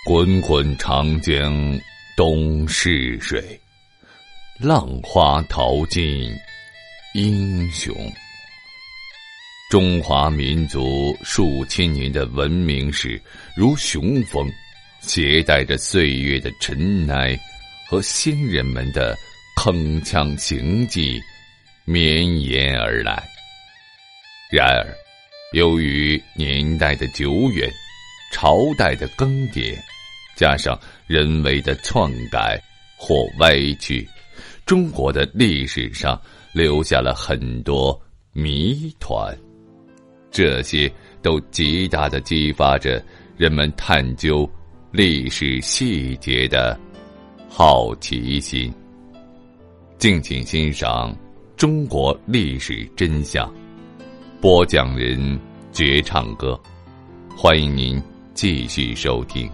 滚滚长江东逝水，浪花淘尽英雄。中华民族数千年的文明史如雄风，携带着岁月的尘埃和先人们的铿锵行迹绵延而来。然而，由于年代的久远，朝代的更迭，加上人为的篡改或歪曲，中国的历史上留下了很多谜团，这些都极大地激发着人们探究历史细节的好奇心。敬请欣赏中国历史真相，播讲人绝唱歌，欢迎您继续收听。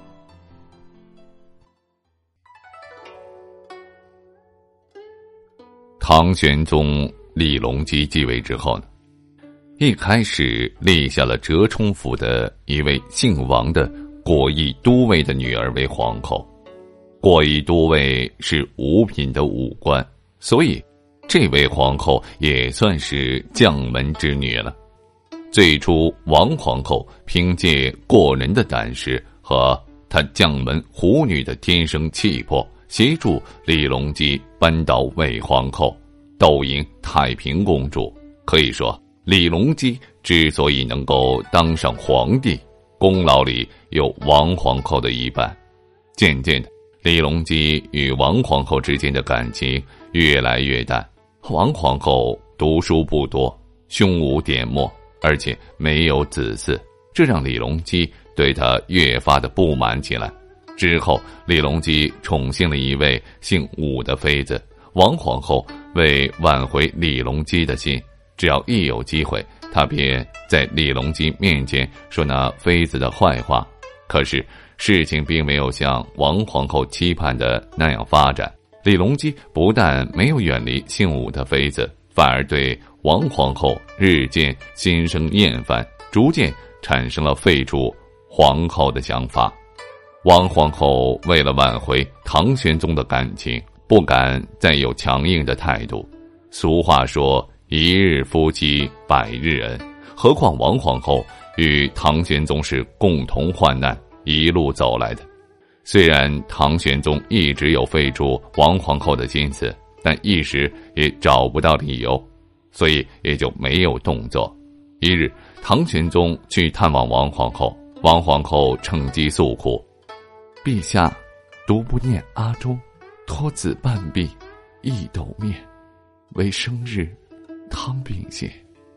唐玄宗李隆基继位之后呢，一开始立下了折冲府的一位姓王的果毅都尉的女儿为皇后。果毅都尉是五品的武官，所以这位皇后也算是将门之女了。最初王皇后凭借过人的胆识和她将门虎女的天生气魄，协助李隆基扳倒魏皇后，斗赢太平公主。可以说，李隆基之所以能够当上皇帝，功劳里有王皇后的一半。渐渐的，李隆基与王皇后之间的感情越来越淡。王皇后读书不多，胸无点墨，而且没有子嗣，这让李隆基对她越发的不满起来。之后，李隆基宠幸了一位姓武的妃子。王皇后为挽回李隆基的心，只要一有机会，她便在李隆基面前说那妃子的坏话。可是事情并没有像王皇后期盼的那样发展。李隆基不但没有远离姓武的妃子，反而对王皇后日渐心生厌烦，逐渐产生了废除皇后的想法。王皇后为了挽回唐玄宗的感情，不敢再有强硬的态度。俗话说，一日夫妻百日恩，何况王皇后与唐玄宗是共同患难一路走来的。虽然唐玄宗一直有废除王皇后的心思，但一时也找不到理由，所以也就没有动作。一日，唐玄宗去探望王皇后，王皇后趁机诉苦：陛下独不念阿周，托子半壁，一斗面，为生日汤饼谢。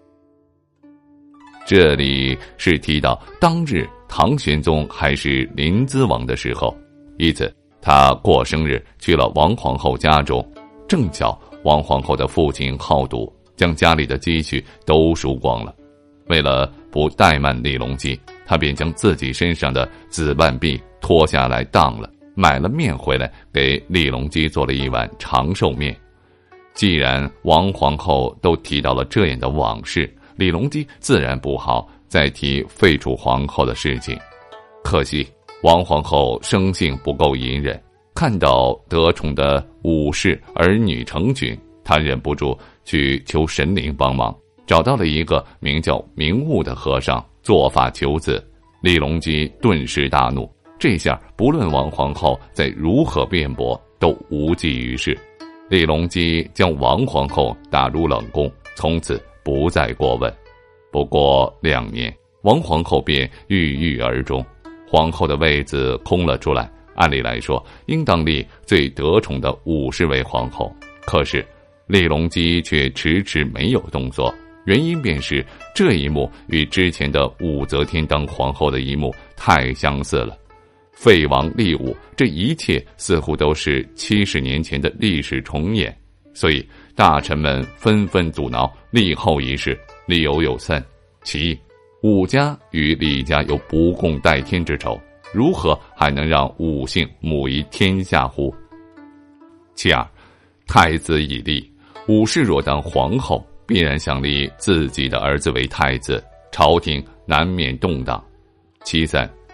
这里是提到当日唐玄宗还是临淄王的时候，一次他过生日去了王皇后家中，正巧王皇后的父亲好赌，将家里的积蓄都输光了。为了不怠慢李隆基，他便将自己身上的紫半壁脱下来当了，买了面回来给李隆基做了一碗长寿面。既然王皇后都提到了这样的往事，李隆基自然不好再提废除皇后的事情。可惜王皇后生性不够隐忍，看到得宠的武士儿女成群，她忍不住去求神灵帮忙，找到了一个名叫明悟的和尚做法求子。李隆基顿时大怒，这下不论王皇后再如何辩驳，都无济于事。李隆基将王皇后打入冷宫，从此不再过问。不过2年，王皇后便郁郁而终，皇后的位子空了出来。按理来说，应当立最得宠的武士为皇后，可是李隆基却迟迟没有动作。原因便是这一幕与之前的武则天当皇后的一幕太相似了。废王立武，这一切似乎都是70年前的历史重演，所以大臣们纷纷阻挠立后一事，理由有3：其一，武家与李家有不共戴天之仇，如何还能让武姓母仪天下乎？其二，太子已立，武氏若当皇后，必然想立自己的儿子为太子，朝廷难免动荡。其三，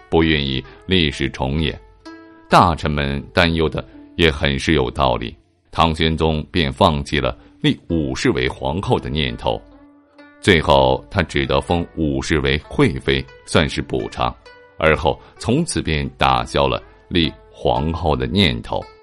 不愿意历史重演。大臣们担忧的也很是有道理，唐玄宗便放弃了立武氏为皇后的念头。最后他只得封武氏为惠妃，算是补偿，而后从此便打消了立皇后的念头。